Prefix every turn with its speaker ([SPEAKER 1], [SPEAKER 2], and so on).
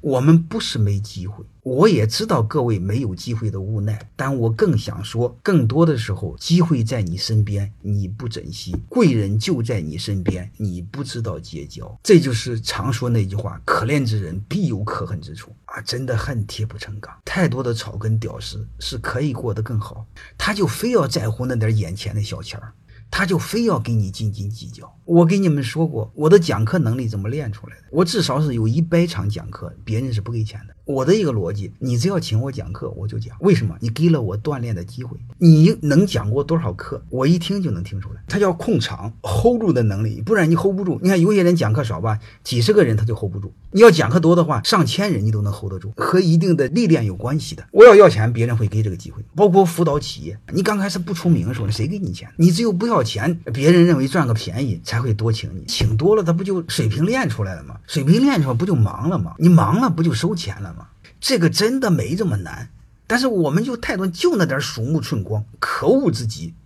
[SPEAKER 1] 我们不是没机会，我也知道各位没有机会的无奈，但我更想说，更多的时候机会在你身边，你不珍惜，贵人就在你身边，你不知道结交。这就是常说那句话，可怜之人必有可恨之处啊！真的恨铁不成钢，太多的草根屌丝是可以过得更好，他就非要在乎那点眼前的小钱儿，他就非要跟你斤斤计较。我给你们说过，我的讲课能力怎么练出来的？我至少是有100场讲课，别人是不给钱的。我的一个逻辑，你只要请我讲课，我就讲。为什么？你给了我锻炼的机会。你能讲过多少课？我一听就能听出来。他叫控场 ，hold 住的能力，不然你 hold 不住。你看有些人讲课少吧，几十个人他就 hold 不住。你要讲课多的话，上千人你都能 hold 得住，和一定的历练有关系的。我要钱，别人会给这个机会。包括辅导企业，你刚开始不出名的时候，谁给你钱？你只有不要钱，别人认为赚个便宜才会多请你。请多了，他不就水平练出来了吗？水平练出来不就忙了吗？你忙了不就收钱了吗？这个真的没这么难，但是我们就太多就那点鼠目寸光，可恶之极。